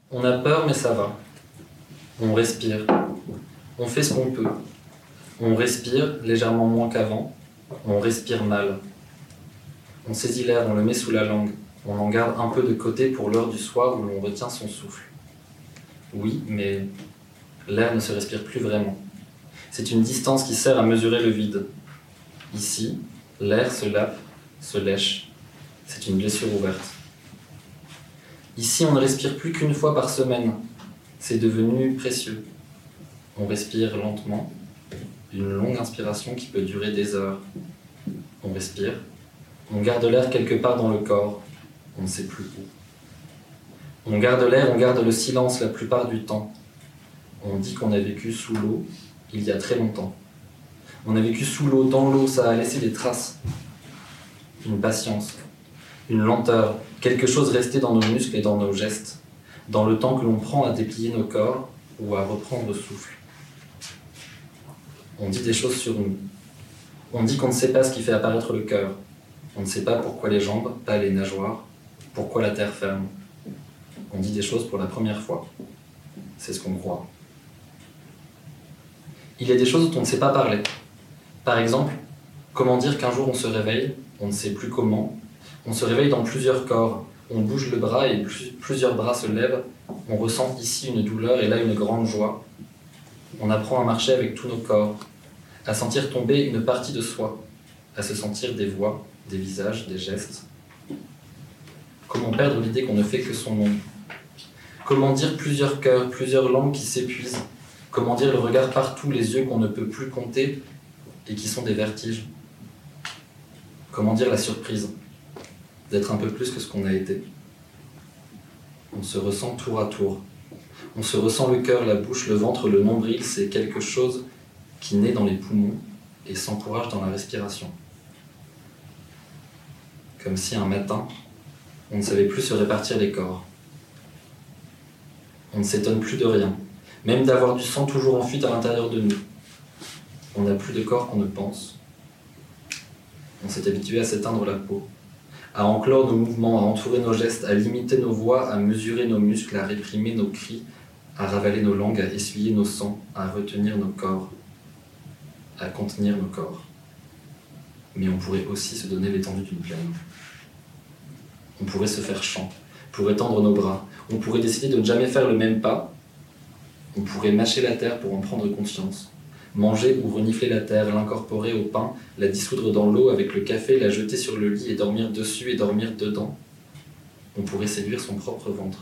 On a peur, mais ça va. On respire. On fait ce qu'on peut. On respire légèrement moins qu'avant. On respire mal. On saisit l'air, on le met sous la langue. On en garde un peu de côté pour l'heure du soir où l'on retient son souffle. Oui, mais l'air ne se respire plus vraiment. C'est une distance qui sert à mesurer le vide. Ici, l'air se lave, se lèche. C'est une blessure ouverte. Ici, on ne respire plus qu'une fois par semaine. C'est devenu précieux. On respire lentement, une longue inspiration qui peut durer des heures. On respire. On garde l'air quelque part dans le corps. On ne sait plus où. On garde l'air, on garde le silence la plupart du temps. On dit qu'on a vécu sous l'eau il y a très longtemps. On a vécu sous l'eau, dans l'eau, ça a laissé des traces. Une patience, une lenteur, quelque chose resté dans nos muscles et dans nos gestes, dans le temps que l'on prend à déplier nos corps ou à reprendre souffle. On dit des choses sur nous. On dit qu'on ne sait pas ce qui fait apparaître le cœur. On ne sait pas pourquoi les jambes, pas les nageoires, pourquoi la terre ferme. On dit des choses pour la première fois. C'est ce qu'on croit. Il y a des choses dont on ne sait pas parler. Par exemple, comment dire qu'un jour on se réveille, on ne sait plus comment, on se réveille dans plusieurs corps, on bouge le bras et plusieurs bras se lèvent, on ressent ici une douleur et là une grande joie. On apprend à marcher avec tous nos corps, à sentir tomber une partie de soi, à se sentir des voix, des visages, des gestes. Comment perdre l'idée qu'on ne fait que son nom? Comment dire plusieurs cœurs, plusieurs langues qui s'épuisent? Comment dire le regard partout, les yeux qu'on ne peut plus compter et qui sont des vertiges? Comment dire la surprise d'être un peu plus que ce qu'on a été? On se ressent tour à tour. On se ressent le cœur, la bouche, le ventre, le nombril, c'est quelque chose qui naît dans les poumons et s'encourage dans la respiration. Comme si un matin, on ne savait plus se répartir les corps. On ne s'étonne plus de rien, même d'avoir du sang toujours en fuite à l'intérieur de nous. On n'a plus de corps qu'on ne pense. On s'est habitué à s'éteindre la peau, à enclore nos mouvements, à entourer nos gestes, à limiter nos voix, à mesurer nos muscles, à réprimer nos cris, à ravaler nos langues, à essuyer nos sangs, à retenir nos corps, à contenir nos corps. Mais on pourrait aussi se donner l'étendue d'une plaine. On pourrait se faire chant, pour étendre nos bras. On pourrait décider de ne jamais faire le même pas. On pourrait mâcher la terre pour en prendre conscience. Manger ou renifler la terre, l'incorporer au pain, la dissoudre dans l'eau avec le café, la jeter sur le lit et dormir dessus et dormir dedans. On pourrait séduire son propre ventre.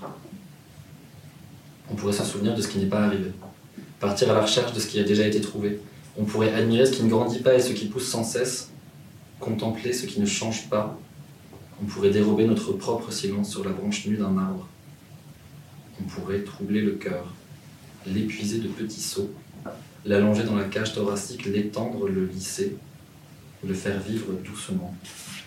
On pourrait se souvenir de ce qui n'est pas arrivé. Partir à la recherche de ce qui a déjà été trouvé. On pourrait admirer ce qui ne grandit pas et ce qui pousse sans cesse. Contempler ce qui ne change pas. On pourrait dérober notre propre silence sur la branche nue d'un arbre. On pourrait troubler le cœur, l'épuiser de petits sauts, l'allonger dans la cage thoracique, l'étendre, le lisser, le faire vivre doucement.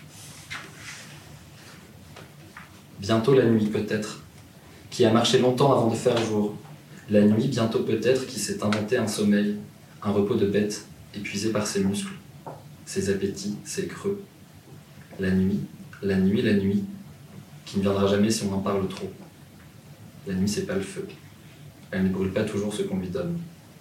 Bientôt la nuit peut-être, qui a marché longtemps avant de faire jour. La nuit bientôt peut-être qui s'est inventé un sommeil, un repos de bête, épuisé par ses muscles, ses appétits, ses creux. La nuit, qui ne viendra jamais si on en parle trop. La nuit, c'est pas le feu. Elle ne brûle pas toujours ce qu'on lui donne.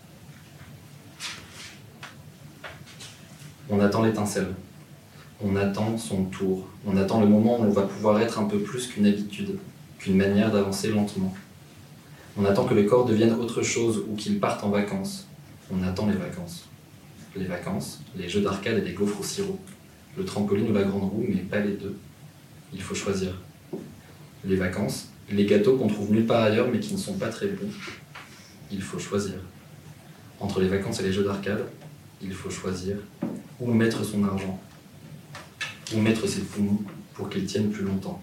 On attend l'étincelle. On attend son tour. On attend le moment où on va pouvoir être un peu plus qu'une habitude, qu'une manière d'avancer lentement. On attend que le corps devienne autre chose ou qu'il parte en vacances. On attend les vacances. Les vacances, les jeux d'arcade et les gaufres au sirop. Le trampoline ou la grande roue, mais pas les deux. Il faut choisir. Les vacances, les gâteaux qu'on trouve nulle part ailleurs mais qui ne sont pas très bons. Il faut choisir. Entre les vacances et les jeux d'arcade, il faut choisir où mettre son argent, où mettre ses poumons pour qu'ils tiennent plus longtemps.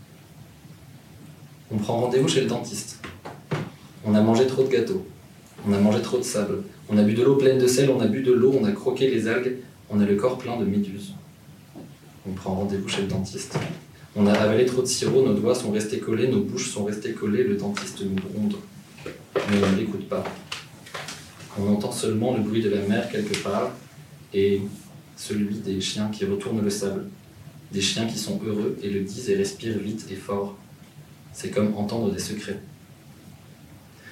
On prend rendez-vous chez le dentiste. On a mangé trop de gâteaux, on a mangé trop de sable, on a bu de l'eau pleine de sel, on a bu de l'eau, on a croqué les algues, on a le corps plein de méduses. On prend rendez-vous chez le dentiste. On a avalé trop de sirop, nos doigts sont restés collés, nos bouches sont restées collées, le dentiste nous gronde. Mais on ne l'écoute pas. On entend seulement le bruit de la mer quelque part et celui des chiens qui retournent le sable. Des chiens qui sont heureux et le disent et respirent vite et fort. C'est comme entendre des secrets.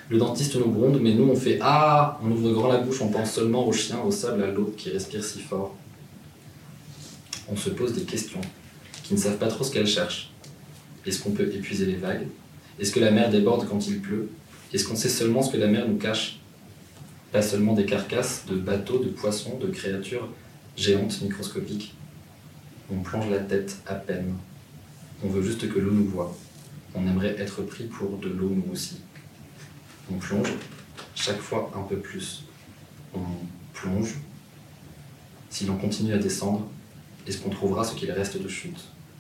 Le dentiste nous gronde, mais nous on fait « Ah !» On ouvre grand la bouche, on pense seulement au chien, au sable, à l'autre qui respire si fort. On se pose des questions, qui ne savent pas trop ce qu'elles cherchent. Est-ce qu'on peut épuiser les vagues? Est-ce que la mer déborde quand il pleut? Est-ce qu'on sait seulement ce que la mer nous cache? Pas seulement des carcasses, de bateaux, de poissons, de créatures géantes, microscopiques. On plonge la tête à peine. On veut juste que l'eau nous voie. On aimerait être pris pour de l'eau nous aussi. On plonge, chaque fois un peu plus. On plonge. Si l'on continue à descendre, est-ce qu'on trouvera ce qu'il reste de chute?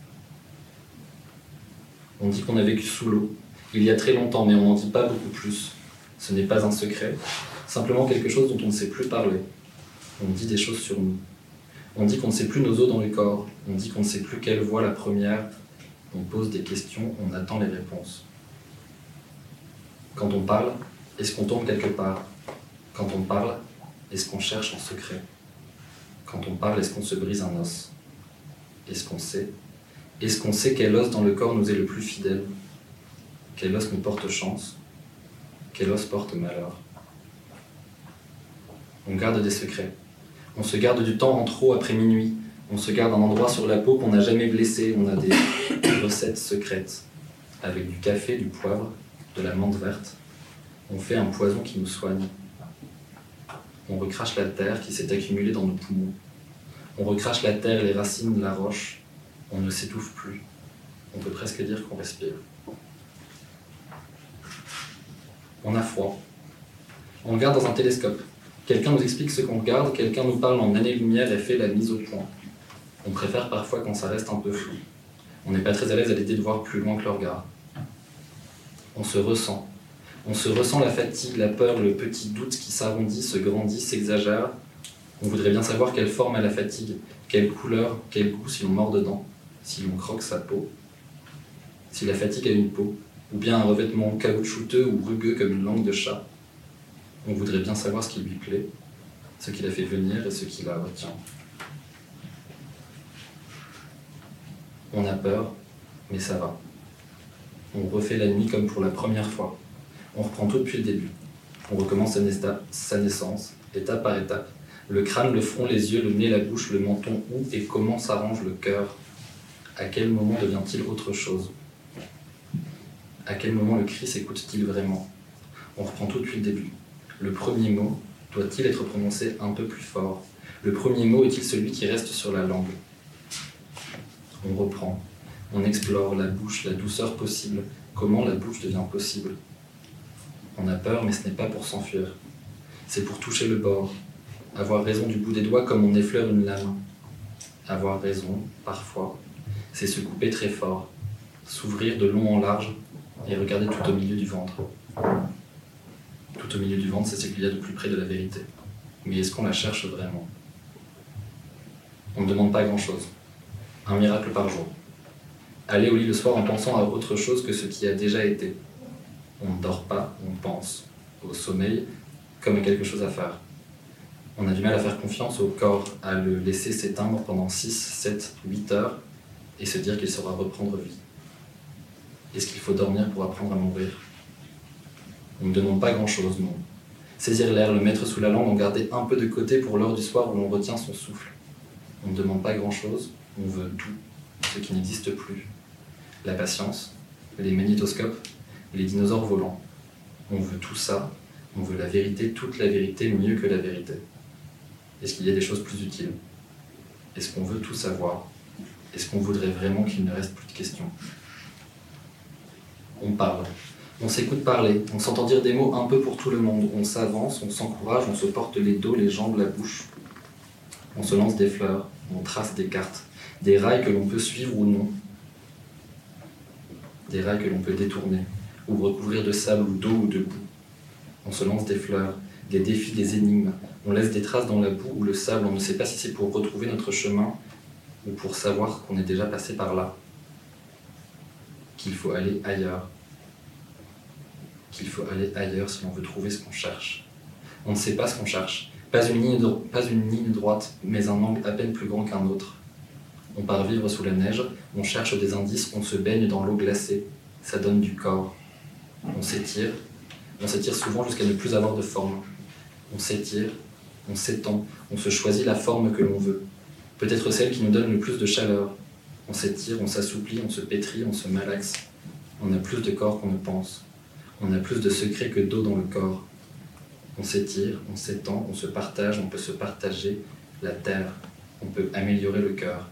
On dit qu'on a vécu sous l'eau, il y a très longtemps, mais on n'en dit pas beaucoup plus. Ce n'est pas un secret, simplement quelque chose dont on ne sait plus parler. On dit des choses sur nous. On dit qu'on ne sait plus nos os dans le corps. On dit qu'on ne sait plus quelle voix la première. On pose des questions, on attend les réponses. Quand on parle, est-ce qu'on tombe quelque part? Quand on parle, est-ce qu'on cherche en secret? Quand on parle, est-ce qu'on se brise un os? Est-ce qu'on sait? Est-ce qu'on sait quel os dans le corps nous est le plus fidèle? Quel os nous porte chance? Quel os porte malheur? On garde des secrets. On se garde du temps en trop après minuit. On se garde un endroit sur la peau qu'on n'a jamais blessé. On a des recettes secrètes. Avec du café, du poivre, de la menthe verte. On fait un poison qui nous soigne. On recrache la terre qui s'est accumulée dans nos poumons. On recrache la terre, les racines, la roche. On ne s'étouffe plus. On peut presque dire qu'on respire. On a froid. On regarde dans un télescope. Quelqu'un nous explique ce qu'on regarde, quelqu'un nous parle en années-lumière et fait la mise au point. On préfère parfois quand ça reste un peu flou. On n'est pas très à l'aise à l'idée de voir plus loin que le regard. On se ressent. On se ressent la fatigue, la peur, le petit doute qui s'arrondit, se grandit, s'exagère. On voudrait bien savoir quelle forme a la fatigue, quelle couleur, quel goût si l'on mord dedans, si l'on croque sa peau. Si la fatigue a une peau, ou bien un revêtement caoutchouteux ou rugueux comme une langue de chat. On voudrait bien savoir ce qui lui plaît, ce qui la fait venir et ce qui la retient. On a peur, mais ça va. On refait la nuit comme pour la première fois. On reprend tout depuis le début. On recommence sa naissance, étape par étape. Le crâne, le front, les yeux, le nez, la bouche, le menton, où et comment s'arrange le cœur? À quel moment devient-il autre chose? À quel moment le cri s'écoute-t-il vraiment? On reprend tout depuis le début. Le premier mot doit-il être prononcé un peu plus fort? Le premier mot est-il celui qui reste sur la langue? On reprend. On explore la bouche, la douceur possible. Comment la bouche devient possible? On a peur, mais ce n'est pas pour s'enfuir. C'est pour toucher le bord. Avoir raison du bout des doigts comme on effleure une lame. Avoir raison, parfois, c'est se couper très fort, s'ouvrir de long en large et regarder tout au milieu du ventre. Tout au milieu du ventre, c'est ce qu'il y a de plus près de la vérité. Mais est-ce qu'on la cherche vraiment? On ne demande pas grand-chose. Un miracle par jour. Aller au lit le soir en pensant à autre chose que ce qui a déjà été. On ne dort pas, on pense. Au sommeil, comme à quelque chose à faire. On a du mal à faire confiance au corps, à le laisser s'éteindre pendant 6, 7, 8 heures et se dire qu'il saura reprendre vie. Est-ce qu'il faut dormir pour apprendre à mourir? On ne demande pas grand-chose, non. Saisir l'air, le mettre sous la langue, en garder un peu de côté pour l'heure du soir où l'on retient son souffle. On ne demande pas grand-chose, on veut tout, ce qui n'existe plus. La patience, les magnétoscopes, les dinosaures volants. On veut tout ça, on veut la vérité, toute la vérité, mieux que la vérité. Est-ce qu'il y a des choses plus utiles? Est-ce qu'on veut tout savoir? Est-ce qu'on voudrait vraiment qu'il ne reste plus de questions? On parle. On s'écoute parler, on s'entend dire des mots un peu pour tout le monde. On s'avance, on s'encourage, on se porte les dos, les jambes, la bouche. On se lance des fleurs, on trace des cartes, des rails que l'on peut suivre ou non. Des rails que l'on peut détourner, ou recouvrir de sable ou d'eau ou de boue. On se lance des fleurs, des défis, des énigmes. On laisse des traces dans la boue ou le sable. On ne sait pas si c'est pour retrouver notre chemin ou pour savoir qu'on est déjà passé par là. Qu'il faut aller ailleurs. Qu'il faut aller ailleurs si l'on veut trouver ce qu'on cherche. On ne sait pas ce qu'on cherche. Pas une ligne droite, mais un angle à peine plus grand qu'un autre. On part vivre sous la neige, on cherche des indices, on se baigne dans l'eau glacée. Ça donne du corps. On s'étire, On s'étire souvent jusqu'à ne plus avoir de forme. On s'étire, on s'étend, on se choisit la forme que l'on veut. Peut-être celle qui nous donne le plus de chaleur. On s'étire, on s'assouplit, on se pétrit, on se malaxe. On a plus de corps qu'on ne pense. On a plus de secrets que d'eau dans le corps. On s'étire, on s'étend, on se partage, on peut se partager la terre. On peut améliorer le cœur.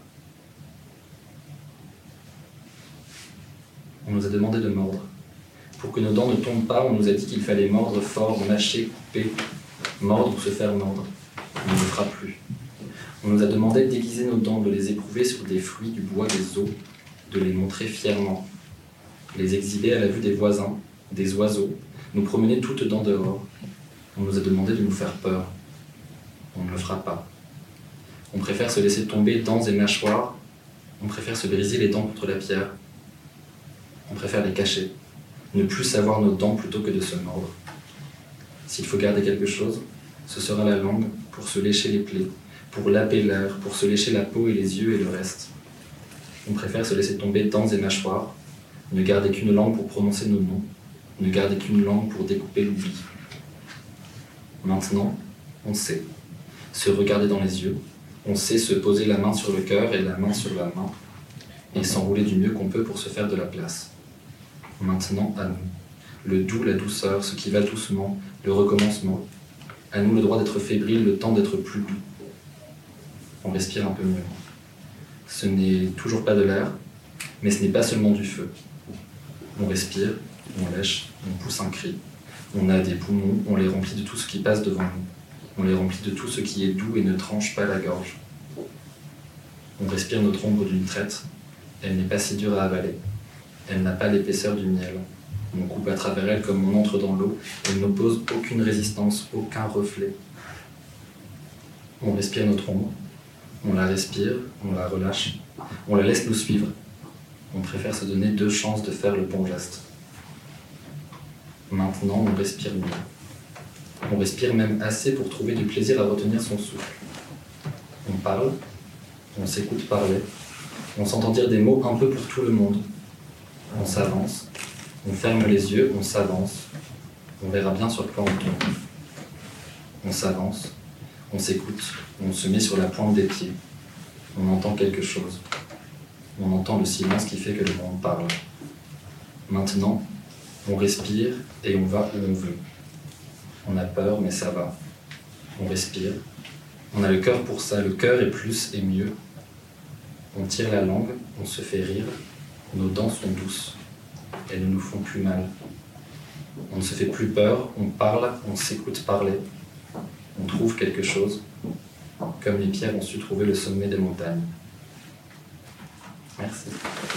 On nous a demandé de mordre. Pour que nos dents ne tombent pas, on nous a dit qu'il fallait mordre fort, mâcher, couper, mordre ou se faire mordre. On ne le fera plus. On nous a demandé d'aiguiser nos dents, de les éprouver sur des fruits, du bois, des os, de les montrer fièrement, les exhiber à la vue des voisins, des oiseaux, nous promener toutes dents dehors. On nous a demandé de nous faire peur. On ne le fera pas. On préfère se laisser tomber dents et mâchoires. On préfère se briser les dents contre la pierre. On préfère les cacher. Ne plus savoir nos dents plutôt que de se mordre. S'il faut garder quelque chose, ce sera la langue pour se lécher les plaies, pour laper l'air, pour se lécher la peau et les yeux et le reste. On préfère se laisser tomber dents et mâchoires, ne garder qu'une langue pour prononcer nos noms, ne garder qu'une langue pour découper l'oubli. Maintenant, on sait se regarder dans les yeux, on sait se poser la main sur le cœur et la main sur la main, et s'enrouler du mieux qu'on peut pour se faire de la place. Maintenant, à nous, le doux, la douceur, ce qui va doucement, le recommencement, à nous le droit d'être fébrile, le temps d'être plus doux. On respire un peu mieux. Ce n'est toujours pas de l'air, mais ce n'est pas seulement du feu. On respire, on lèche, on pousse un cri. On a des poumons, on les remplit de tout ce qui passe devant nous. On les remplit de tout ce qui est doux et ne tranche pas la gorge. On respire notre ombre d'une traite. Elle n'est pas si dure à avaler. Elle n'a pas l'épaisseur du miel. On coupe à travers elle comme on entre dans l'eau. Elle n'oppose aucune résistance, aucun reflet. On respire notre ombre. On la respire, on la relâche. On la laisse nous suivre. On préfère se donner 2 chances de faire le bon geste. Maintenant, on respire mieux. On respire même assez pour trouver du plaisir à retenir son souffle. On parle, on s'écoute parler, on s'entend dire des mots un peu pour tout le monde. On s'avance, on ferme les yeux, on s'avance. On verra bien sur quoi on tombe. On s'avance, on s'écoute, on se met sur la pointe des pieds. On entend quelque chose. On entend le silence qui fait que le monde parle. Maintenant, on respire et on va où on veut. On a peur, mais ça va. On respire. On a le cœur pour ça. Le cœur est plus et mieux. On tire la langue, on se fait rire. Nos dents sont douces. Elles ne nous font plus mal. On ne se fait plus peur. On parle, on s'écoute parler. On trouve quelque chose. Comme les pierres ont su trouver le sommet des montagnes. Merci.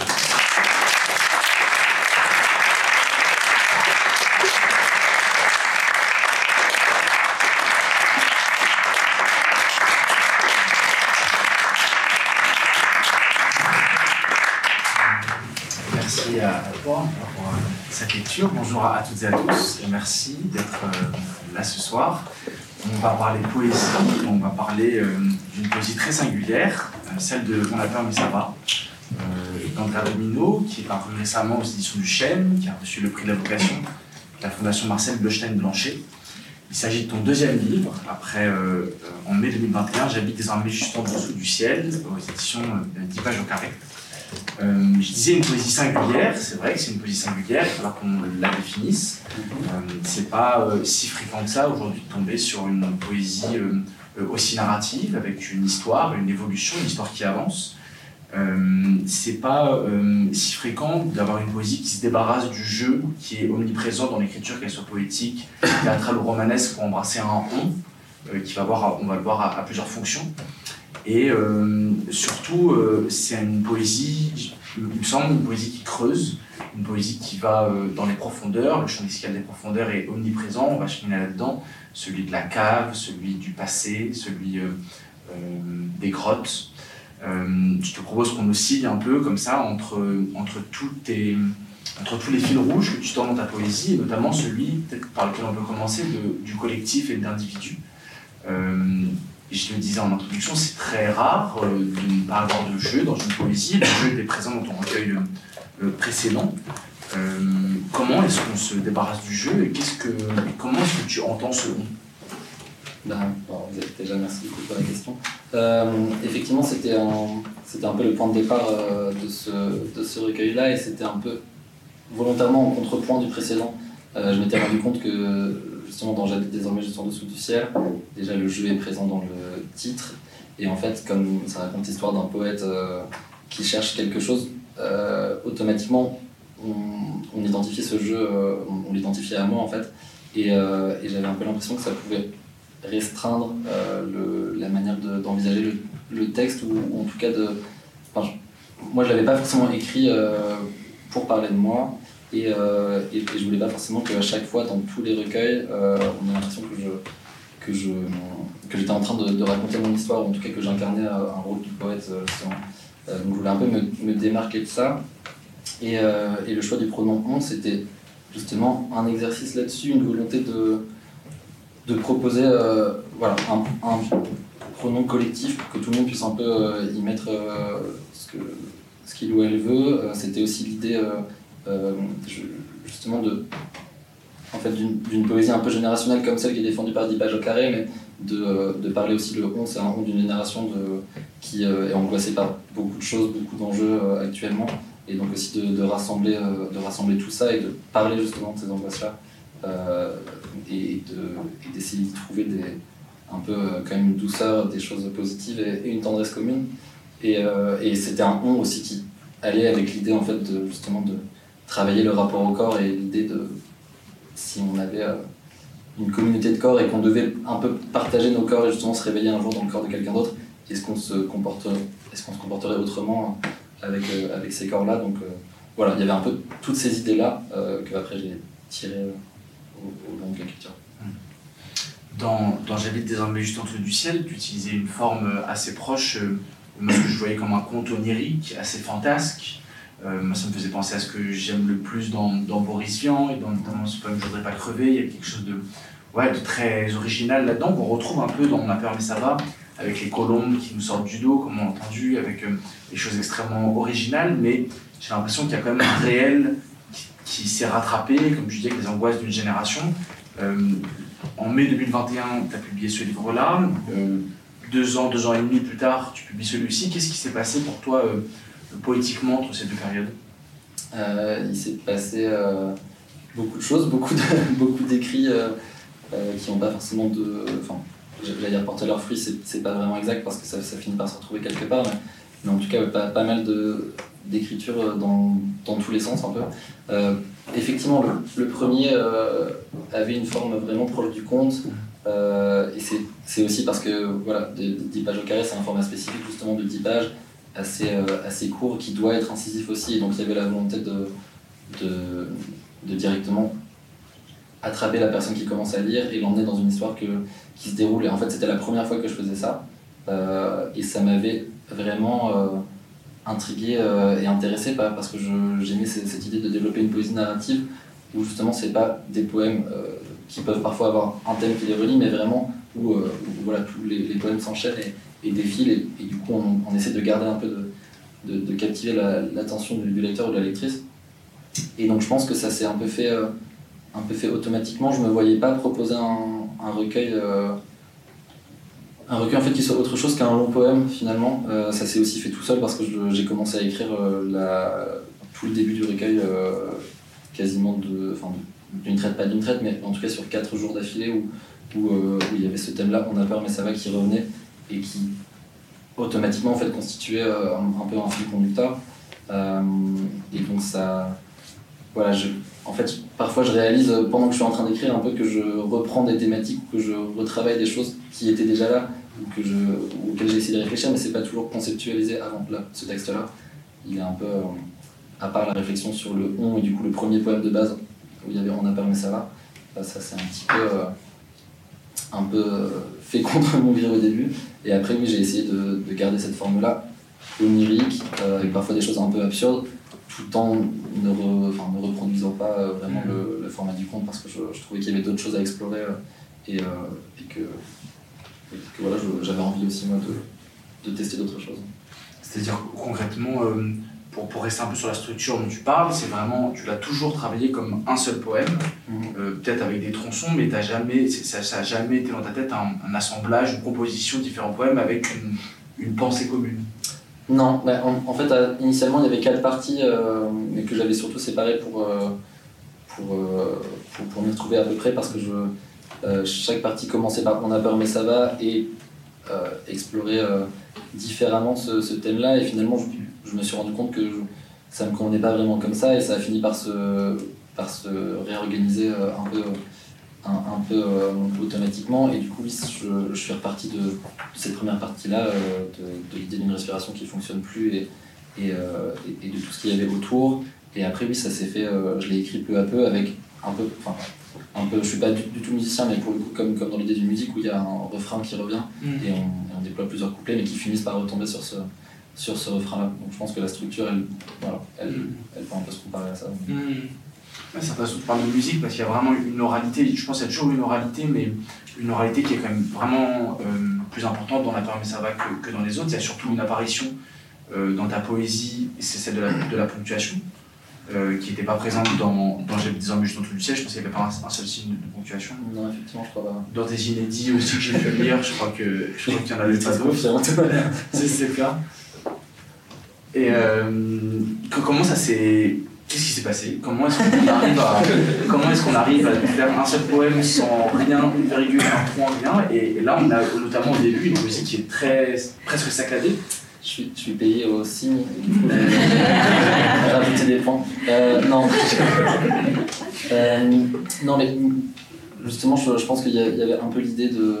Merci à toi pour cette lecture. Bonjour à toutes et à tous et merci d'être là ce soir. On va parler poésie, on va parler d'une poésie très singulière, celle de Mon lapin mais ça va, d'Andrea Domino, qui est paru récemment aux éditions du Chêne, qui a reçu le prix de la vocation de la Fondation Marcel Blostein-Blanchet. Il s'agit de ton 2e livre, après, en mai 2021, J'habite désormais juste en dessous du ciel, aux éditions 10 pages au carré. Je disais une poésie singulière, c'est vrai que c'est une poésie singulière, il va falloir qu'on la définisse. C'est pas si fréquent que ça aujourd'hui de tomber sur une poésie aussi narrative, avec une histoire, une évolution, une histoire qui avance. C'est pas si fréquent d'avoir une poésie qui se débarrasse du jeu, qui est omniprésent dans l'écriture, qu'elle soit poétique, théâtrale ou romanesque, pour embrasser un on, qui va voir, on va le voir à plusieurs fonctions. Et surtout, c'est une poésie, il me semble, une poésie qui creuse, une poésie qui va dans les profondeurs. Le champ lexical des profondeurs est omniprésent, on va cheminer là-dedans, celui de la cave, celui du passé, celui des grottes. Je te propose qu'on oscille un peu comme ça entre tous les fils rouges que tu tends dans ta poésie, et notamment celui par lequel on peut commencer du collectif et de l'individu. Je le disais en introduction, c'est très rare de ne pas avoir de jeu dans une poésie. Le jeu était présent dans ton recueil précédent. Comment est-ce qu'on se débarrasse du jeu et comment est-ce que tu entends ce on? Déjà, merci beaucoup pour la question. Effectivement, c'était un peu le point de départ de ce recueil-là, et c'était un peu volontairement en contrepoint du précédent. Je m'étais rendu compte que, justement, dans J'habite désormais juste en dessous du ciel, déjà le jeu est présent dans le titre, et en fait, comme ça raconte l'histoire d'un poète qui cherche quelque chose, automatiquement, on identifiait ce jeu, on l'identifiait à moi, en fait, et j'avais un peu l'impression que ça pouvait restreindre la manière d'envisager le texte, ou en tout cas moi je l'avais pas forcément écrit pour parler de moi, et je voulais pas forcément qu'à chaque fois dans tous les recueils on ait l'impression que j'étais en train de raconter mon histoire, ou en tout cas que j'incarnais un rôle du poète, justement. Donc je voulais un peu me démarquer de ça, et le choix du pronom on, c'était justement un exercice là-dessus, une volonté de proposer un pronom collectif pour que tout le monde puisse un peu y mettre ce qu'il ou elle veut. C'était aussi l'idée justement d'une poésie un peu générationnelle comme celle qui est défendue par 10 pages au carré, mais de parler aussi le on, c'est un on d'une génération qui est angoissée par beaucoup de choses, beaucoup d'enjeux actuellement, et donc aussi de rassembler tout ça et de parler justement de ces angoisses-là. Et d'essayer d'y trouver un peu quand même une douceur, des choses positives et une tendresse commune. Et c'était un on aussi qui allait avec l'idée en fait justement de travailler le rapport au corps, et l'idée de si on avait une communauté de corps et qu'on devait un peu partager nos corps et justement se réveiller un jour dans le corps de quelqu'un d'autre, est-ce qu'on se comporterait autrement avec ces corps-là. Donc voilà, il y avait un peu toutes ces idées-là que après j'ai tirées au long de l'écriture. Dans J'habite désormais juste en dessous du ciel, tu utilisais une forme assez proche, moi ce que je voyais comme un conte onirique, assez fantasque. Moi ça me faisait penser à ce que j'aime le plus dans Boris Vian, et dans ce poème Je voudrais pas crever, il y a quelque chose de très original là-dedans, qu'on retrouve un peu dans On a peur mais ça va, avec les colombes qui nous sortent du dos, comme on l'a entendu, avec des choses extrêmement originales, mais j'ai l'impression qu'il y a quand même un réel qui s'est rattrapé, comme tu disais, avec les angoisses d'une génération. En mai 2021, tu as publié ce livre-là. 2 ans et demi plus tard, tu publies celui-ci. Qu'est-ce qui s'est passé pour toi poétiquement entre ces deux périodes? Il s'est passé beaucoup de choses, beaucoup d'écrits qui n'ont pas forcément de... Enfin, j'allais dire porter leurs fruits, c'est pas vraiment exact parce que ça finit par se retrouver quelque part, mais en tout cas pas mal d'écriture dans tous les sens un peu. Effectivement, le premier avait une forme vraiment proche du conte, et c'est aussi parce que voilà, 10 pages au carré, c'est un format spécifique justement de 10 pages, assez court, qui doit être incisif aussi, et donc il y avait la volonté de directement attraper la personne qui commence à lire et l'emmener dans une histoire qui se déroule. Et en fait, c'était la première fois que je faisais ça, et ça m'avait vraiment intrigué et intéressé, parce que j'aimais cette idée de développer une poésie narrative où justement c'est pas des poèmes qui peuvent parfois avoir un thème qui les relie, mais vraiment où voilà, tous les poèmes s'enchaînent et défilent, et du coup on essaie de garder un peu de captiver l'attention du lecteur ou de la lectrice. Et donc je pense que ça s'est un peu fait automatiquement. Je me voyais pas proposer un recueil en fait qui soit autre chose qu'un long poème finalement. Ça s'est aussi fait tout seul parce que j'ai commencé à écrire tout le début du recueil quasiment d'une traite, pas d'une traite, mais en tout cas sur 4 jours d'affilée où il y avait ce thème-là, On a peur mais ça va, qui revenait et qui automatiquement en fait constituait un peu un fil conducteur. Et donc ça... Voilà, en fait, parfois je réalise pendant que je suis en train d'écrire un peu que je reprends des thématiques, ou que je retravaille des choses qui étaient déjà là, ou auxquelles j'ai essayé de réfléchir, mais c'est pas toujours conceptualisé avant. Là, ce texte-là, il est un peu, à part la réflexion sur le on, et du coup le premier poème de base, où il y avait On a peur mais ça va, ça c'est un peu fait contre mon gré au début, et après oui, j'ai essayé de garder cette forme-là, onirique, avec parfois des choses un peu absurdes, tout en ne reproduisant pas vraiment le format du conte, parce que je trouvais qu'il y avait d'autres choses à explorer, et que voilà, j'avais envie aussi moi de tester d'autres choses. C'est-à-dire concrètement, pour rester un peu sur la structure dont tu parles, c'est vraiment, tu l'as toujours travaillé comme un seul poème, peut-être avec des tronçons, mais ça n'a jamais été dans ta tête un assemblage, une composition de différents poèmes avec une pensée commune. Non, bah, en fait, initialement, il y avait 4 parties, mais que j'avais surtout séparées pour m'y retrouver à peu près, parce que chaque partie commençait par On a peur mais ça va, et explorer différemment ce thème-là, et finalement, je me suis rendu compte que ça ne me convenait pas vraiment comme ça, et ça a fini par se réorganiser un peu automatiquement, et du coup oui, je suis reparti de cette première partie-là, de l'idée d'une respiration qui ne fonctionne plus et de tout ce qu'il y avait autour. Et après oui, ça s'est fait, je l'ai écrit peu à peu avec un peu, je suis pas du tout musicien, mais pour le coup comme dans l'idée d'une musique où il y a un refrain qui revient et on déploie plusieurs couplets mais qui finissent par retomber sur ce refrain-là. Donc je pense que la structure, elle peut un peu se comparer à ça. Ouais, c'est intéressant de parler de musique parce qu'il y a vraiment une oralité, je pense qu'il y a toujours une oralité, mais une oralité qui est quand même vraiment plus importante dans La peur mais ça va que dans les autres. Il y a surtout une apparition dans ta poésie, c'est celle de la ponctuation, qui n'était pas présente dans J'habite des embûches dans tout du ciel. Je pense qu'il n'y avait pas un seul signe de ponctuation. Non, effectivement, je crois pas. Dans tes inédits aussi que j'ai pu lire, je crois qu'il y en avait pas d'autres. C'est le cas. Et comment ça s'est... Qu'est-ce qui s'est passé? Comment est-ce qu'on arrive à faire un seul poème sans rien, une virgule, un point, rien? Et là, on a notamment au début une musique qui est presque saccadée. Je suis payé au signe, et du coup, j'ai rajouté des points. Non, mais justement, je pense qu'il y avait un peu l'idée de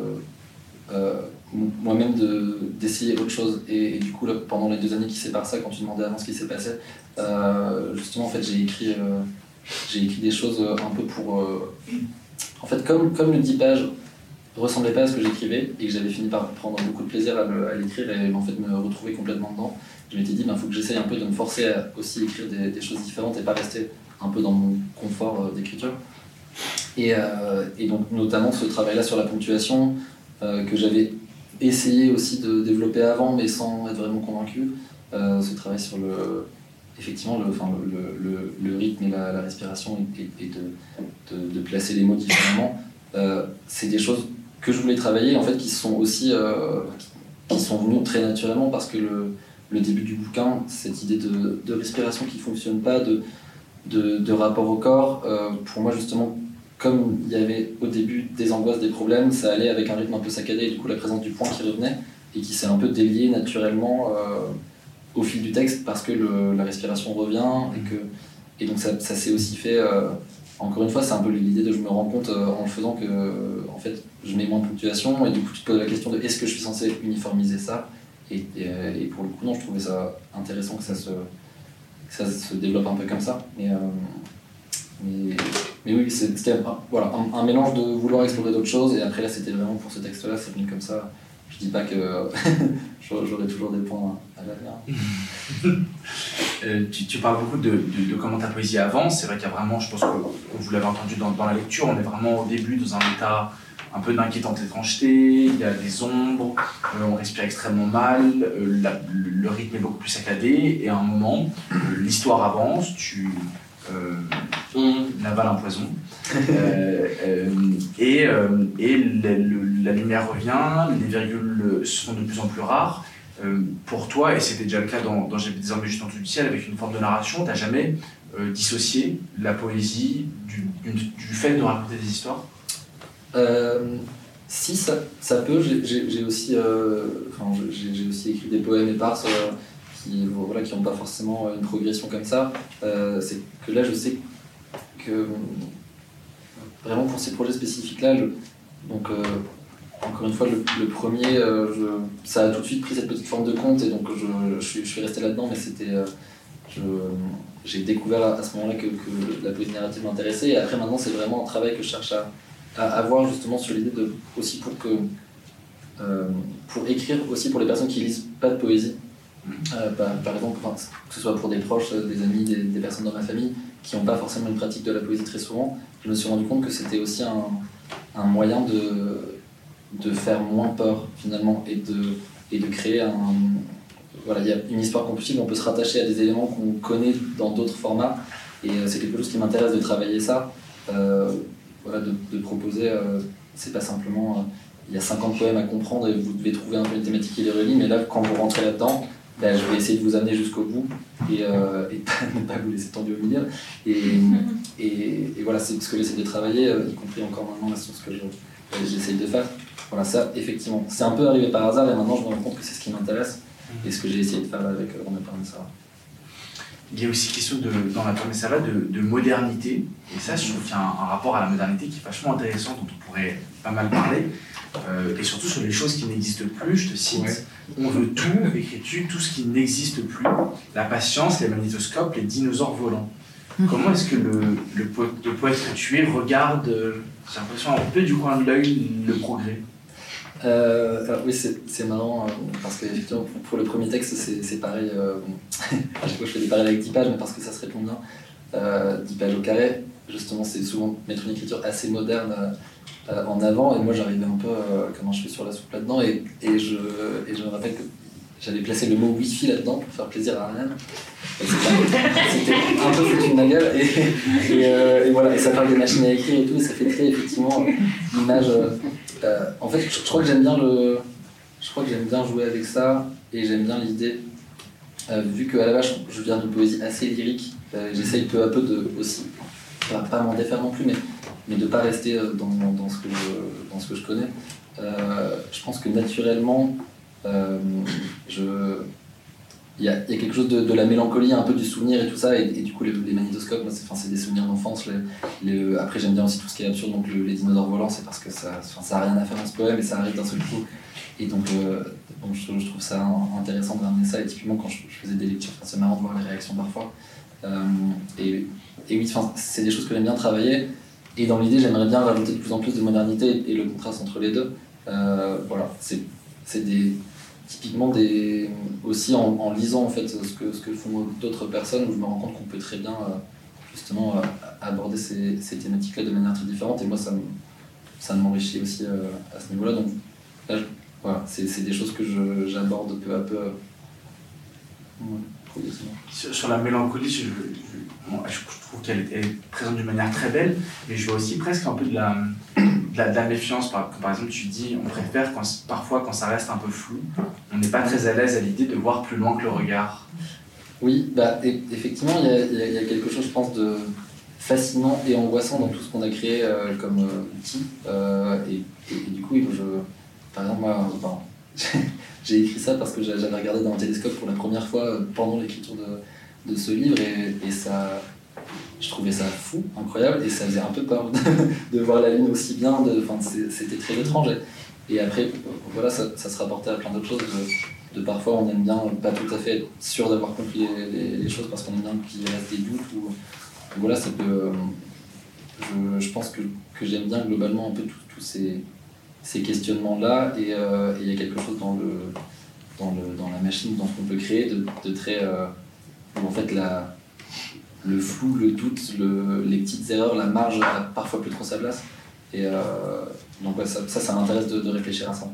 moi-même d'essayer autre chose. Et du coup, là, pendant les 2 années qui séparent ça, quand tu demandais avant ce qui s'est passé, justement, en fait, j'ai écrit des choses un peu pour... En fait, comme le 10 pages ressemblait pas à ce que j'écrivais et que j'avais fini par prendre beaucoup de plaisir à l'écrire et en fait me retrouver complètement dedans, je m'étais dit il faut que j'essaye un peu de me forcer à aussi écrire des choses différentes et pas rester un peu dans mon confort d'écriture. Et donc notamment ce travail-là sur la ponctuation que j'avais essayé aussi de développer avant mais sans être vraiment convaincu, ce travail sur effectivement le rythme et la respiration et de placer les mots différemment, c'est des choses que je voulais travailler en fait qui sont aussi qui sont venues très naturellement parce que le début du bouquin, cette idée de respiration qui fonctionne pas, de rapport au corps, pour moi justement comme il y avait au début des angoisses, des problèmes, ça allait avec un rythme un peu saccadé et du coup la présence du point qui revenait et qui s'est un peu délié naturellement au fil du texte parce que la respiration revient et donc ça s'est aussi fait encore une fois c'est un peu l'idée je me rends compte en le faisant que en fait je mets moins de ponctuation et du coup tu te poses la question de est-ce que je suis censé uniformiser ça et pour le coup non, je trouvais ça intéressant que ça se développe un peu comme ça mais oui c'était un mélange de vouloir explorer d'autres choses et après là c'était vraiment pour ce texte là c'est venu comme ça. Je dis pas que j'aurai toujours des points à l'avenir. Tu parles beaucoup de comment ta poésie avance. C'est vrai qu'il y a vraiment, je pense que vous l'avez entendu dans la lecture, on est vraiment au début dans un état un peu d'inquiétante étrangeté, il y a des ombres, on respire extrêmement mal, le rythme est beaucoup plus saccadé et à un moment, l'histoire avance, tu avales un poison et la lumière revient, les virgules sont de plus en plus rares. Pour toi, et c'était déjà le cas dans J'habite des embûches dans tout du ciel, avec une forme de narration, t'as jamais dissocié la poésie du fait de raconter des histoires? Si, ça peut. J'ai aussi écrit des poèmes éparses qui n'ont pas forcément une progression comme ça. C'est que là, je sais que vraiment pour ces projets spécifiques-là, donc encore une fois, le premier, ça a tout de suite pris cette petite forme de conte et donc je suis resté là-dedans, mais c'était j'ai découvert à ce moment-là que la poésie narrative m'intéressait et après maintenant c'est vraiment un travail que je cherche à avoir justement sur l'idée de aussi pour écrire aussi pour les personnes qui lisent pas de poésie. Par exemple, que ce soit pour des proches, des amis, des personnes dans ma famille qui n'ont pas forcément une pratique de la poésie très souvent, je me suis rendu compte que c'était aussi un moyen de faire moins peur finalement et de créer voilà, il y a une histoire compulsive, on peut se rattacher à des éléments qu'on connaît dans d'autres formats, et c'est quelque chose qui m'intéresse de travailler ça, voilà, de proposer, c'est pas simplement, il y a 50 poèmes à comprendre et vous devez trouver un peu une thématique qui les relie, mais là, quand vous rentrez là-dedans, je vais essayer de vous amener jusqu'au bout et ne pas vous laisser tendu au milieu. Et voilà, c'est ce que j'essaie de travailler, y compris encore maintenant là, sur ce que j'essaie de faire. Voilà, ça, effectivement, c'est un peu arrivé par hasard et maintenant je me rends compte que c'est ce qui m'intéresse et ce que j'ai essayé de faire là avec On a parlé de ça. Il y a aussi question dans la promesse de modernité, et ça, je trouve qu'il y a un rapport à la modernité qui est vachement intéressant, dont on pourrait pas mal parler, et surtout sur les choses qui n'existent plus. Je te cite, on veut tout, écris-tu, tout ce qui n'existe plus, la patience, les magnétoscopes, les dinosaures volants. Comment est-ce que le poète que tu es regarde, j'ai l'impression un peu du coin de l'œil, le progrès? Alors oui, c'est marrant parce que effectivement, pour le premier texte, c'est pareil. À chaque fois, je fais des parallèles avec 10 pages, mais parce que ça se répond bien. 10 pages au carré, justement, c'est souvent mettre une écriture assez moderne en avant. Et moi, j'arrivais un peu, comment je fais sur la soupe là-dedans. Et je me rappelle que j'avais placé le mot Wi-Fi là-dedans pour faire plaisir à Ariane. C'était un peu foutu de ma gueule. Et voilà, et ça parle des machines à écrire et tout. Et ça fait très, effectivement, l'image. En fait, je crois que j'aime bien jouer avec ça et j'aime bien l'idée, vu qu'à la base je viens d'une poésie assez lyrique, j'essaye peu à peu de aussi, pas m'en défaire non plus, mais de ne pas rester dans ce que je connais. Je pense que naturellement, il y a quelque chose de la mélancolie, un peu du souvenir et tout ça, et du coup les magnétoscopes, moi, c'est des souvenirs d'enfance. Après j'aime bien aussi tout ce qui est absurde, donc les dinosaures volants, c'est parce que ça a rien à faire dans ce poème et ça arrive d'un seul coup. Et donc je trouve ça intéressant de ramener ça, et typiquement quand je faisais des lectures, c'est marrant de voir les réactions parfois. Et oui, c'est des choses que j'aime bien travailler, et dans l'idée j'aimerais bien rajouter de plus en plus de modernité et le contraste entre les deux. Voilà, c'est typiquement aussi en lisant en fait ce que font d'autres personnes, où je me rends compte qu'on peut très bien justement aborder ces thématiques-là de manière très différente, et moi ça m'enrichit aussi à ce niveau-là. Donc là, voilà, c'est des choses que j'aborde peu à peu progressivement. Sur la mélancolie, je trouve qu'elle est présente d'une manière très belle, mais je vois aussi presque un peu de la méfiance. Par exemple, tu dis on préfère parfois quand ça reste un peu flou, on n'est pas très à l'aise à l'idée de voir plus loin que le regard. Oui, effectivement, il y a quelque chose, je pense, de fascinant et angoissant dans tout ce qu'on a créé comme outil. Et du coup, par exemple, moi, j'ai écrit ça parce que j'avais regardé dans un télescope pour la première fois pendant l'écriture de ce livre, et ça, je trouvais ça fou, incroyable, et ça faisait un peu peur de voir la Lune aussi bien. C'était très étrange. Et après, voilà, ça se rapportait à plein d'autres choses. De parfois, on aime bien pas tout à fait être sûr d'avoir compris les choses parce qu'on aime bien qu'il reste des doutes. Voilà, ça peut. Je pense que j'aime bien globalement un peu tous ces questionnements-là, et il y a quelque chose dans la machine, dans ce qu'on peut créer, de très. Où en fait, le flou, le doute, les petites erreurs, la marge a parfois plus trop sa place. Et donc, ouais, ça m'intéresse de réfléchir à ça.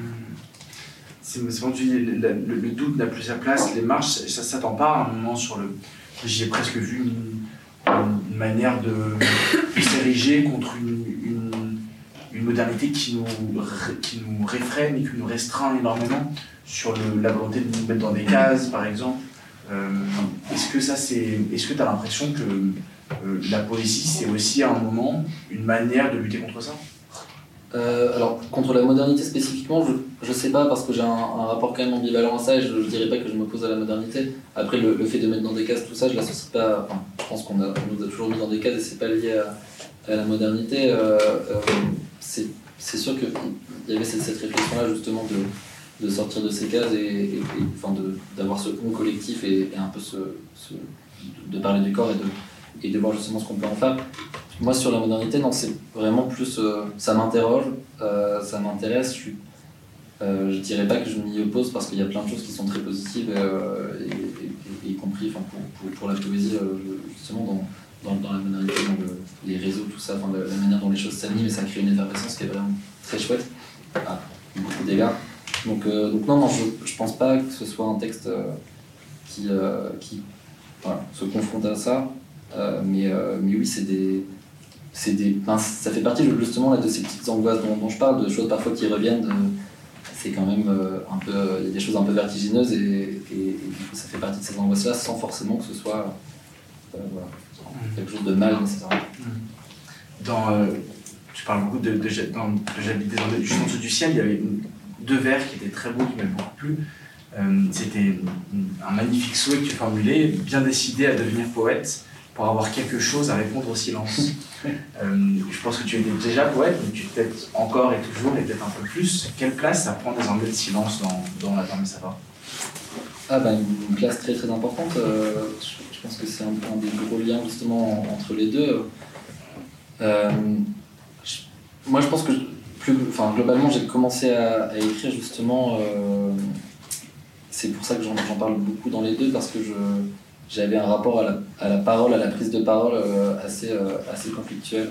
C'est quand tu dis le doute n'a plus sa place, les marges, ça t'en parle à un moment j'y ai presque vu une manière de s'ériger contre une modernité qui nous réfrène et qui nous restreint énormément sur la volonté de nous mettre dans des cases, par exemple. Est-ce que tu as l'impression que la poésie, c'est aussi à un moment une manière de lutter contre ça? Alors, contre la modernité spécifiquement, je sais pas, parce que j'ai un rapport quand même ambivalent à ça, et je dirais pas que je m'oppose à la modernité. Après, le fait de mettre dans des cases, tout ça, je l'associe pas. Enfin, je pense qu'on nous a toujours mis dans des cases et c'est pas lié à la modernité. C'est sûr qu'il y avait cette réflexion-là, justement, de sortir de ces cases et enfin d'avoir ce on collectif et un peu de parler du corps et de voir justement ce qu'on peut en faire. Moi, sur la modernité, non, c'est vraiment plus. Ça m'interroge, ça m'intéresse. Je dirais pas que je m'y oppose parce qu'il y a plein de choses qui sont très positives, y compris pour la poésie, justement, dans la modernité, dans les réseaux, tout ça, la manière dont les choses s'animent, et ça crée une effervescence qui est vraiment très chouette. Beaucoup d'égards. Donc non, je pense pas que ce soit un texte qui voilà, se confronte à ça, mais oui, ça fait partie justement là, de ces petites angoisses dont je parle, de choses parfois qui reviennent. C'est quand même un peu, il y a des choses un peu vertigineuses et du coup ça fait partie de ces angoisses-là sans forcément que ce soit voilà, quelque chose de mal nécessairement. Tu parles beaucoup de J'habitais juste en dessous du ciel, il y avait deux vers qui étaient très beaux, qui m'avaient beaucoup plu. C'était un magnifique souhait que tu formulais, bien décidé à devenir poète pour avoir quelque chose à répondre au silence. Je pense que tu étais déjà poète, mais tu peut-être encore et toujours, et peut-être un peu plus. Quelle place ça prend désormais le silence dans la Parmi ça va? Une place très très importante. Je pense que c'est un des gros liens justement entre les deux. Moi je pense que globalement j'ai commencé à écrire justement, c'est pour ça que j'en parle beaucoup dans les deux, parce que j'avais un rapport à la parole, à la prise de parole assez conflictuel.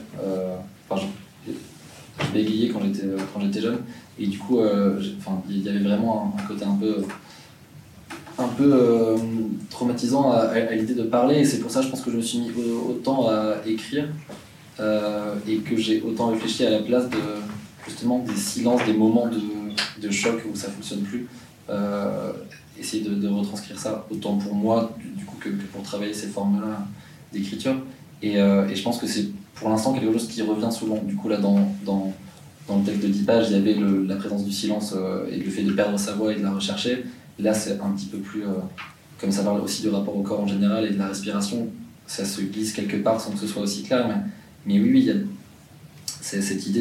Je bégayais quand j'étais jeune, et du coup il y avait vraiment un côté un peu traumatisant à l'idée de parler, et c'est pour ça je pense que je me suis mis autant à écrire et que j'ai autant réfléchi à la place justement des silences, des moments de choc où ça fonctionne plus, essayer de retranscrire ça autant pour moi du coup que pour travailler ces formes-là d'écriture, et je pense que c'est pour l'instant quelque chose qui revient souvent. Du coup là dans le texte de 10 pages, il y avait la présence du silence et le fait de perdre sa voix et de la rechercher. Là c'est un petit peu plus, comme ça parle aussi du rapport au corps en général et de la respiration, ça se glisse quelque part sans que ce soit aussi clair, mais oui, il y a cette idée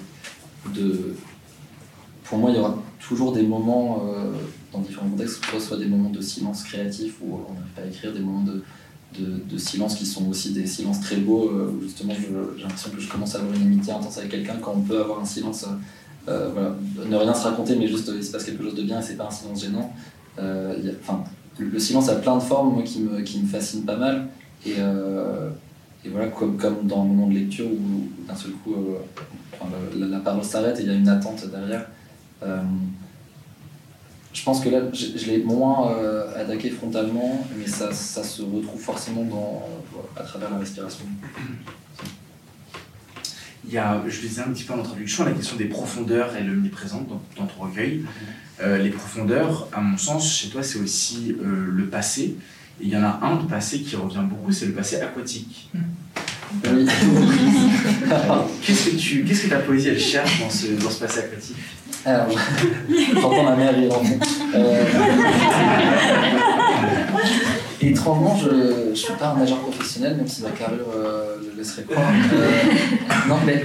pour moi il y aura toujours des moments dans différents contextes, soit des moments de silence créatif où on n'arrive pas à écrire, des moments de silence qui sont aussi des silences très beaux, où justement j'ai l'impression que je commence à avoir une amitié intense avec quelqu'un quand on peut avoir un silence, voilà, ne rien se raconter mais juste il se passe quelque chose de bien et c'est pas un silence gênant. Le silence a plein de formes moi, qui me fascinent pas mal, et voilà, comme dans un moment de lecture où d'un seul coup la parole s'arrête et il y a une attente derrière. Je pense que là, je l'ai moins attaqué frontalement, mais ça se retrouve forcément à travers la respiration. Il y a, je le disais un petit peu en introduction, la question des profondeurs, elle est omniprésente dans ton recueil. Les profondeurs, à mon sens, chez toi, c'est aussi le passé. Et il y en a un de passé qui revient beaucoup, c'est le passé aquatique. Oui. Qu'est-ce que ta poésie elle cherche dans ce passé aquatique? Alors, j'entends ma mère rire en fait. Étrangement, je ne suis pas un nageur professionnel, même si ma carrure le laisserait croire. Non, mais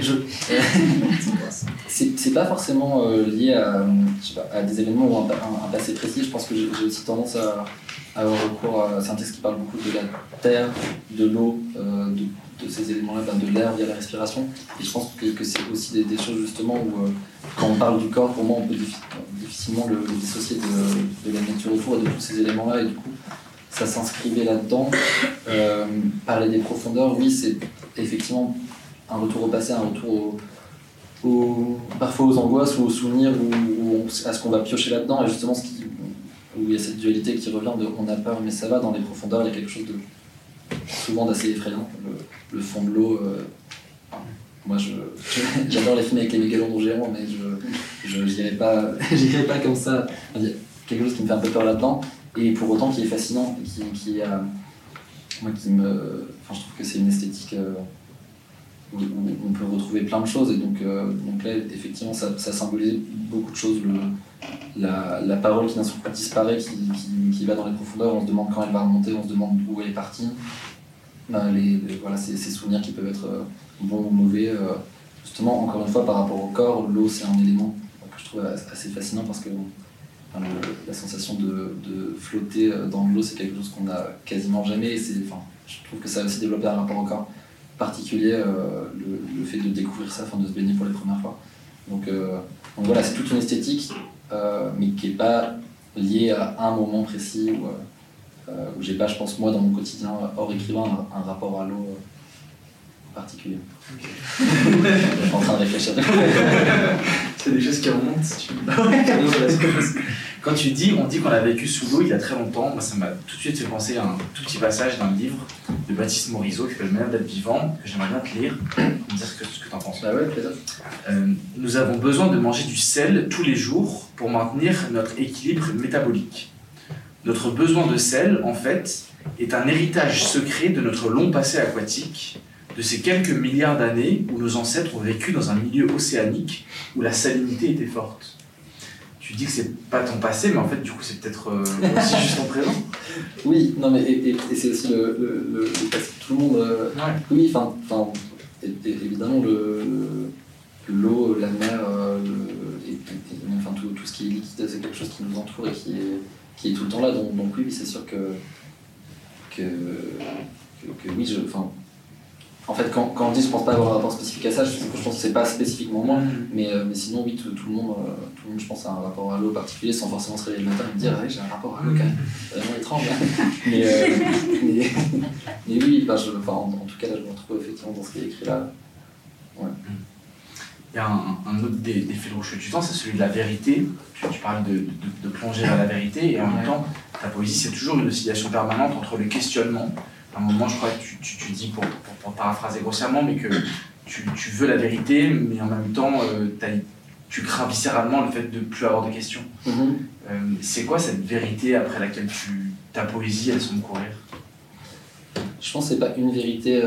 c'est pas forcément lié à des événements ou un passé précis. Je pense que j'ai aussi tendance à avoir recours à... C'est un texte qui parle beaucoup de la terre, de l'eau, de ces éléments-là, de l'air via la respiration. Et je pense que c'est aussi des choses justement où, quand on parle du corps, pour moi, on peut difficilement le dissocier de la nature autour et de tous ces éléments-là. Et du coup, ça s'inscrivait là-dedans. Parler des profondeurs, oui, c'est effectivement un retour au passé, un retour parfois aux angoisses ou aux souvenirs ou à ce qu'on va piocher là-dedans. Et justement, où il y a cette dualité qui revient de on a peur mais ça va, dans les profondeurs, il y a quelque chose souvent d'assez effrayant. Le fond de l'eau, moi j'adore les films avec les mégalodons géants, mais je n'irai pas comme ça. Il y a quelque chose qui me fait un peu peur là-dedans, et pour autant qui est fascinant, je trouve que c'est une esthétique où on peut retrouver plein de choses, et donc là effectivement ça symbolise beaucoup de choses. La parole qui d'un seul coup disparaît, qui va dans les profondeurs, on se demande quand elle va remonter, on se demande où elle est partie. Voilà, ces souvenirs qui peuvent être bons ou mauvais. Justement, encore une fois, par rapport au corps, l'eau c'est un élément que je trouve assez fascinant, parce que la sensation de flotter dans l'eau, c'est quelque chose qu'on n'a quasiment jamais. Et je trouve que ça a aussi développé un rapport au corps particulier, le fait de découvrir ça, de se baigner pour les premières fois. Donc voilà, c'est toute une esthétique, mais qui n'est pas liée à un moment précis où j'ai pas, je pense, moi, dans mon quotidien, hors écrivain, un rapport à l'eau particulier. Okay. Je suis en train de réfléchir. C'est des choses qui remontent. Quand on dit qu'on a vécu sous l'eau il y a très longtemps, moi ça m'a tout de suite fait penser à un tout petit passage d'un livre de Baptiste Morisot qui s'appelle Même d'être vivant, que j'aimerais bien te lire, pour me dire ce que tu en penses. Bah ouais, plaisir. Nous avons besoin de manger du sel tous les jours pour maintenir notre équilibre métabolique. Notre besoin de sel, en fait, est un héritage secret de notre long passé aquatique, de ces quelques milliards d'années où nos ancêtres ont vécu dans un milieu océanique où la salinité était forte. Tu dis que c'est pas ton passé, mais en fait, du coup, c'est peut-être aussi juste ton présent. Oui, non, mais et c'est aussi le passé de tout le monde. Ouais. Oui, enfin, évidemment, l'eau, la mer, enfin, tout ce qui est liquide, c'est quelque chose qui nous entoure et qui est tout le temps là. Donc oui, c'est sûr que oui, en fait, quand on dit je pense pas avoir un rapport spécifique à ça, je pense que c'est pas spécifiquement moi, mais sinon oui, tout le monde, je pense, a un rapport à l'eau particulier sans forcément se réveiller le matin et me dire ah, oui, j'ai un rapport à l'eau quand même, vraiment étrange. Hein. mais oui, en tout cas là je me retrouve effectivement dans ce qui est écrit là. Ouais. Il y a un autre des fils rouges que tu tends, c'est celui de la vérité. Tu parles de plonger vers la vérité, et en même temps, ta poésie, c'est toujours une oscillation permanente entre le questionnement. À un moment, je crois que tu dis, pour paraphraser grossièrement, mais que tu veux la vérité, mais en même temps, tu crains viscéralement le fait de ne plus avoir de questions. C'est quoi cette vérité après laquelle ta poésie, elle semble courir? Je pense que c'est pas une vérité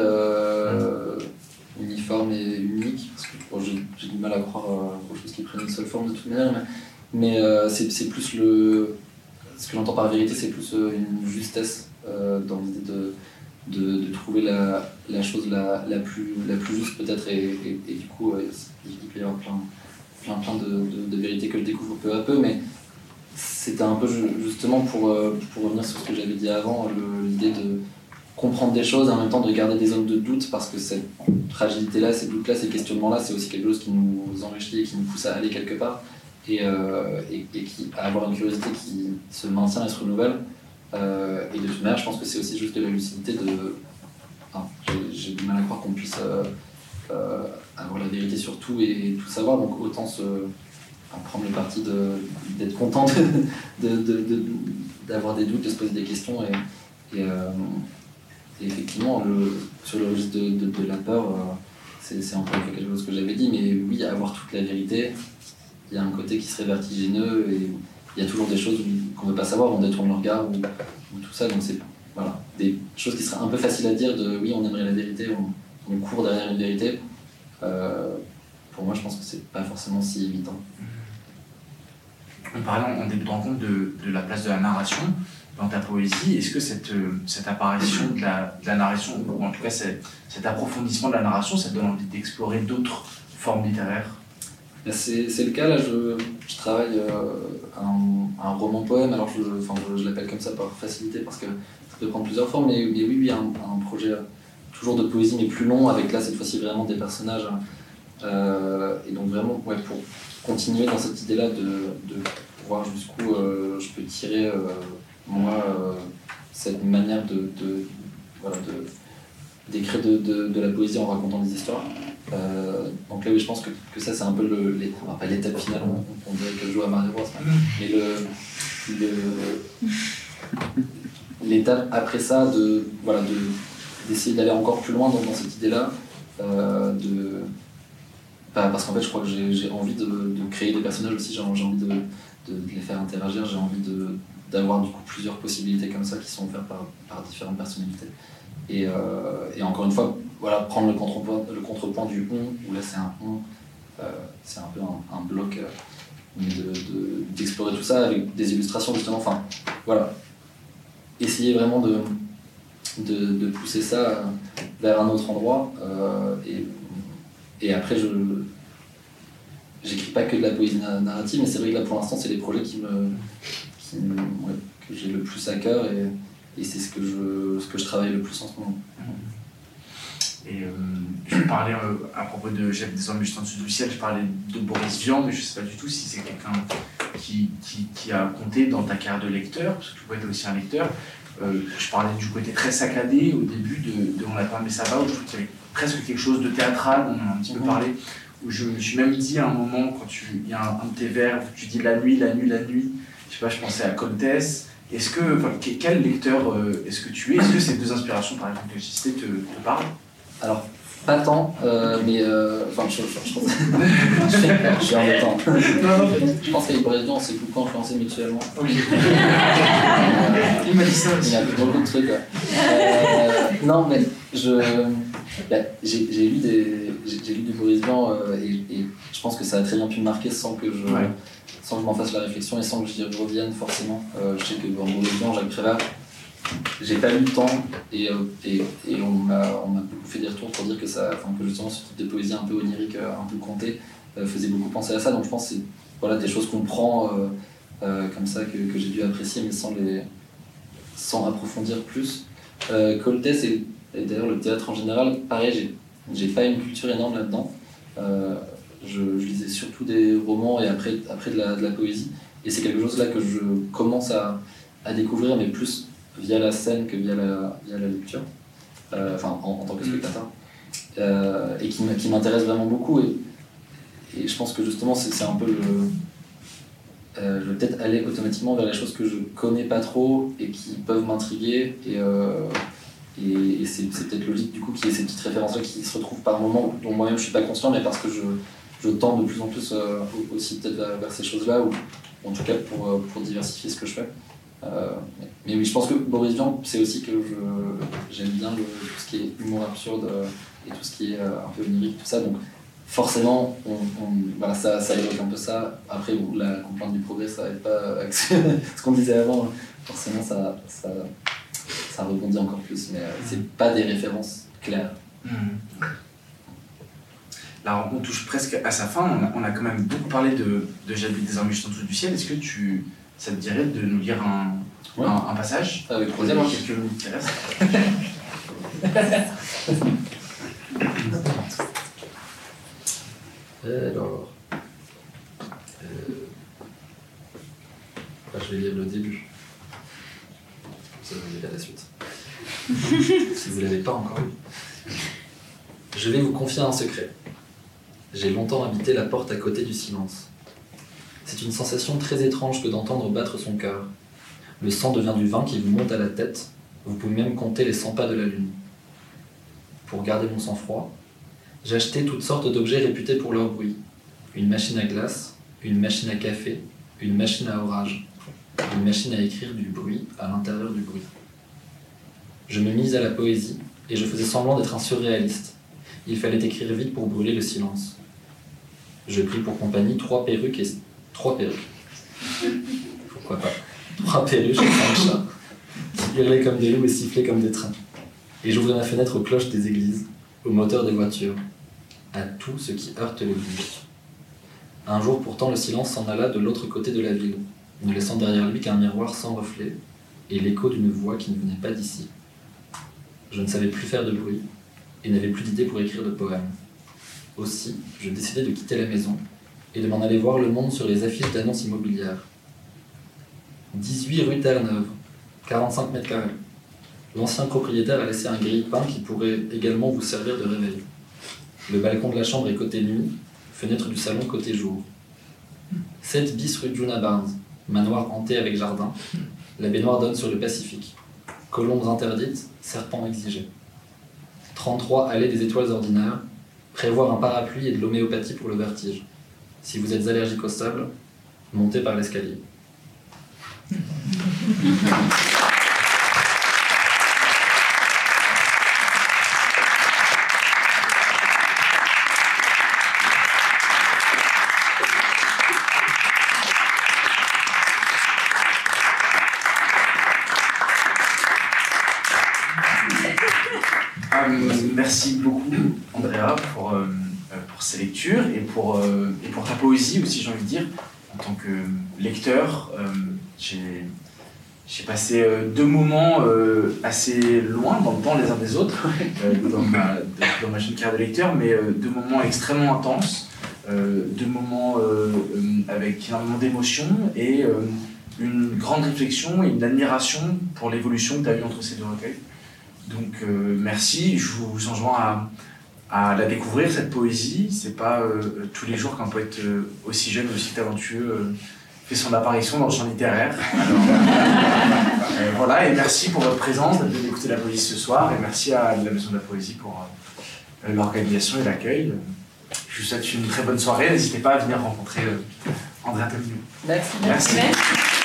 uniforme et unique, parce que j'ai du mal à croire aux choses qui prennent une seule forme de toute manière, mais c'est plus ce que j'entends par vérité, c'est plus une justesse dans l'idée de trouver la chose la plus juste peut-être, et du coup il peut y avoir plein de vérités que je découvre peu à peu, mais c'était un peu justement pour revenir sur ce que j'avais dit avant, l'idée de comprendre des choses et en même temps de garder des zones de doute, parce que cette fragilité-là, ces doutes-là, ces questionnements-là, c'est aussi quelque chose qui nous enrichit et qui nous pousse à aller quelque part, et à avoir une curiosité qui se maintient et se renouvelle. Et de toute manière, je pense que c'est aussi juste de la lucidité j'ai du mal à croire qu'on puisse avoir la vérité sur tout et tout savoir, donc autant prendre le parti d'être content d'avoir des doutes, de se poser des questions, et effectivement, sur le registre de la peur, c'est encore une fois quelque chose que j'avais dit, mais oui, avoir toute la vérité, il y a un côté qui serait vertigineux, et il y a toujours des choses qu'on ne veut pas savoir, on détourne le regard, ou tout ça, donc c'est des choses qui seraient un peu faciles à dire, oui, on aimerait la vérité, on court derrière une vérité. Pour moi, je pense que c'est pas forcément si évident. On parlait en début de rencontre de la place de la narration dans ta poésie. Est-ce que cette apparition de la narration, ou en tout cas cet approfondissement de la narration, ça te donne envie d'explorer d'autres formes littéraires? C'est le cas, là je travaille un roman-poème, alors je l'appelle comme ça par facilité parce que ça peut prendre plusieurs formes, mais oui, un projet toujours de poésie mais plus long, avec là cette fois-ci vraiment des personnages, et donc vraiment pour continuer dans cette idée-là de voir jusqu'où je peux tirer cette manière d'écrire de la poésie en racontant des histoires. Donc là oui, je pense que ça c'est un peu pas l'étape finale, on dirait que je joue à Mario Bros, mais l'étape après ça d'essayer d'aller encore plus loin dans cette idée-là, parce qu'en fait je crois que j'ai envie de créer des personnages aussi, j'ai envie de les faire interagir, j'ai envie d'avoir du coup plusieurs possibilités comme ça qui sont offertes par différentes personnalités. Et encore une fois, prendre le contrepoint du on, où là c'est un on, c'est un peu un bloc, d'explorer tout ça avec des illustrations justement, essayer vraiment de pousser ça vers un autre endroit, et après j'écris pas que de la poésie narrative, mais c'est vrai que là pour l'instant c'est les projets que j'ai le plus à cœur, et c'est ce que je travaille le plus en ce moment. Et je parlais à propos de Jeff des Hommes Juste en dessous du ciel, je parlais de Boris Vian, mais je ne sais pas du tout si c'est quelqu'un qui a compté dans ta carrière de lecteur, parce que tu peux être aussi un lecteur. Je parlais du côté très saccadé au début de On n'a pas aimé ça va, où je trouve qu'il y avait presque quelque chose de théâtral, on en a un petit peu parlé, où je me suis même dit à un moment, quand il y a un de tes vers, où tu dis la nuit, la nuit, la nuit, je sais pas, je pensais à Coltès. Quel lecteur est-ce que tu es? Est-ce que ces deux inspirations, par exemple, que j'ai citées, te parlent? Alors, pas tant, mais enfin, je pense je suis en même temps. Je pense qu'avec Boris Vian, on s'est tout le temps influencé mutuellement. Ok. Il m'a dit ça aussi. Il y a beaucoup de trucs. Non, mais j'ai lu du Boris Vian et je pense que ça a très bien pu me marquer sans que je m'en fasse la réflexion et sans que j'y revienne forcément. Je sais que dans Boris Vian, Jacques Prévert, j'ai pas eu le temps et on m'a beaucoup fait des retours pour dire que justement ce type de poésie un peu onirique, un peu contée, faisait beaucoup penser à ça. Donc je pense que c'est des choses qu'on prend comme ça que j'ai dû apprécier mais sans approfondir plus. Coltès et d'ailleurs le théâtre en général, pareil, j'ai pas une culture énorme là-dedans. Je lisais surtout des romans et après de la poésie et c'est quelque chose là que je commence à découvrir mais plus via la scène que via la lecture, en tant que spectateur, et qui m'intéresse vraiment beaucoup et je pense que justement c'est un peu je vais peut-être aller automatiquement vers les choses que je connais pas trop et qui peuvent m'intriguer et c'est peut-être logique du coup qu'il y ait ces petites références là qui se retrouvent par moments dont moi-même je suis pas conscient mais parce que je tends de plus en plus aussi peut-être vers ces choses là ou en tout cas pour diversifier ce que je fais. Mais oui, je pense que Boris Vian, c'est aussi que j'aime bien tout ce qui est humour absurde et tout ce qui est un peu onirique, tout ça. Donc forcément, ça évoque un peu ça. Après, la complainte du progrès, ça n'aide pas avec ce qu'on disait avant. Forcément, ça rebondit encore plus, mais c'est pas des références claires. Là, on touche presque à sa fin. On a quand même beaucoup parlé de J'habite désormais juste en dessous du ciel. Est-ce que ça te dirait de nous lire un passage? Avec plaisir. Quelques minutes qui restent. Alors, je vais lire le début. Ça va lire la suite. Si vous ne l'avez pas encore lu. Je vais vous confier un secret. J'ai longtemps habité la porte à côté du silence. C'est une sensation très étrange que d'entendre battre son cœur. Le sang devient du vin qui vous monte à la tête. Vous pouvez même compter les 100 pas de la lune. Pour garder mon sang-froid, j'ai acheté toutes sortes d'objets réputés pour leur bruit. Une machine à glace, une machine à café, une machine à orage, une machine à écrire du bruit à l'intérieur du bruit. Je me mise à la poésie et je faisais semblant d'être un surréaliste. Il fallait écrire vite pour brûler le silence. Je pris pour compagnie 3 perruques. Pourquoi pas 3 perruches et 5 chats, qui hurlaient comme des loups et sifflaient comme des trains. Et j'ouvrais ma fenêtre aux cloches des églises, aux moteurs des voitures, à tout ce qui heurte l'église. Un jour pourtant, le silence s'en alla de l'autre côté de la ville, ne laissant derrière lui qu'un miroir sans reflet et l'écho d'une voix qui ne venait pas d'ici. Je ne savais plus faire de bruit et n'avais plus d'idées pour écrire de poèmes. Aussi, je décidai de quitter la maison et de m'en aller voir le monde sur les affiches d'annonces immobilières. 18 rue Terre-Neuve, 45 mètres carrés. L'ancien propriétaire a laissé un grille-pain qui pourrait également vous servir de réveil. Le balcon de la chambre est côté nuit, fenêtre du salon côté jour. 7 bis rue Juna Barnes, manoir hanté avec jardin. La baignoire donne sur le Pacifique. Colombes interdites, serpents exigés. 33 allée des étoiles ordinaires. Prévoir un parapluie et de l'homéopathie pour le vertige. Si vous êtes allergique au sable, montez par l'escalier. Merci beaucoup, Andrea, pour ces lectures et pour ta poésie aussi, j'ai envie de dire. En tant que lecteur, j'ai passé 2 moments assez loin dans le temps les uns des autres, dans ma jeune carrière de lecteur, mais 2 moments extrêmement intenses, 2 moments avec énormément d'émotions et une grande réflexion et une admiration pour l'évolution que tu as eue entre ces 2 recueils. Donc merci, je vous enjoins à la découvrir, cette poésie. C'est pas tous les jours qu'un poète aussi jeune, aussi talentueux fait son apparition dans le champ littéraire. Alors, voilà, et merci pour votre présence, d'être venu écouter la poésie ce soir, et merci à la Maison de la Poésie pour l'organisation et l'accueil. Je vous souhaite une très bonne soirée, n'hésitez pas à venir rencontrer Andrea Tomino. Merci. Merci.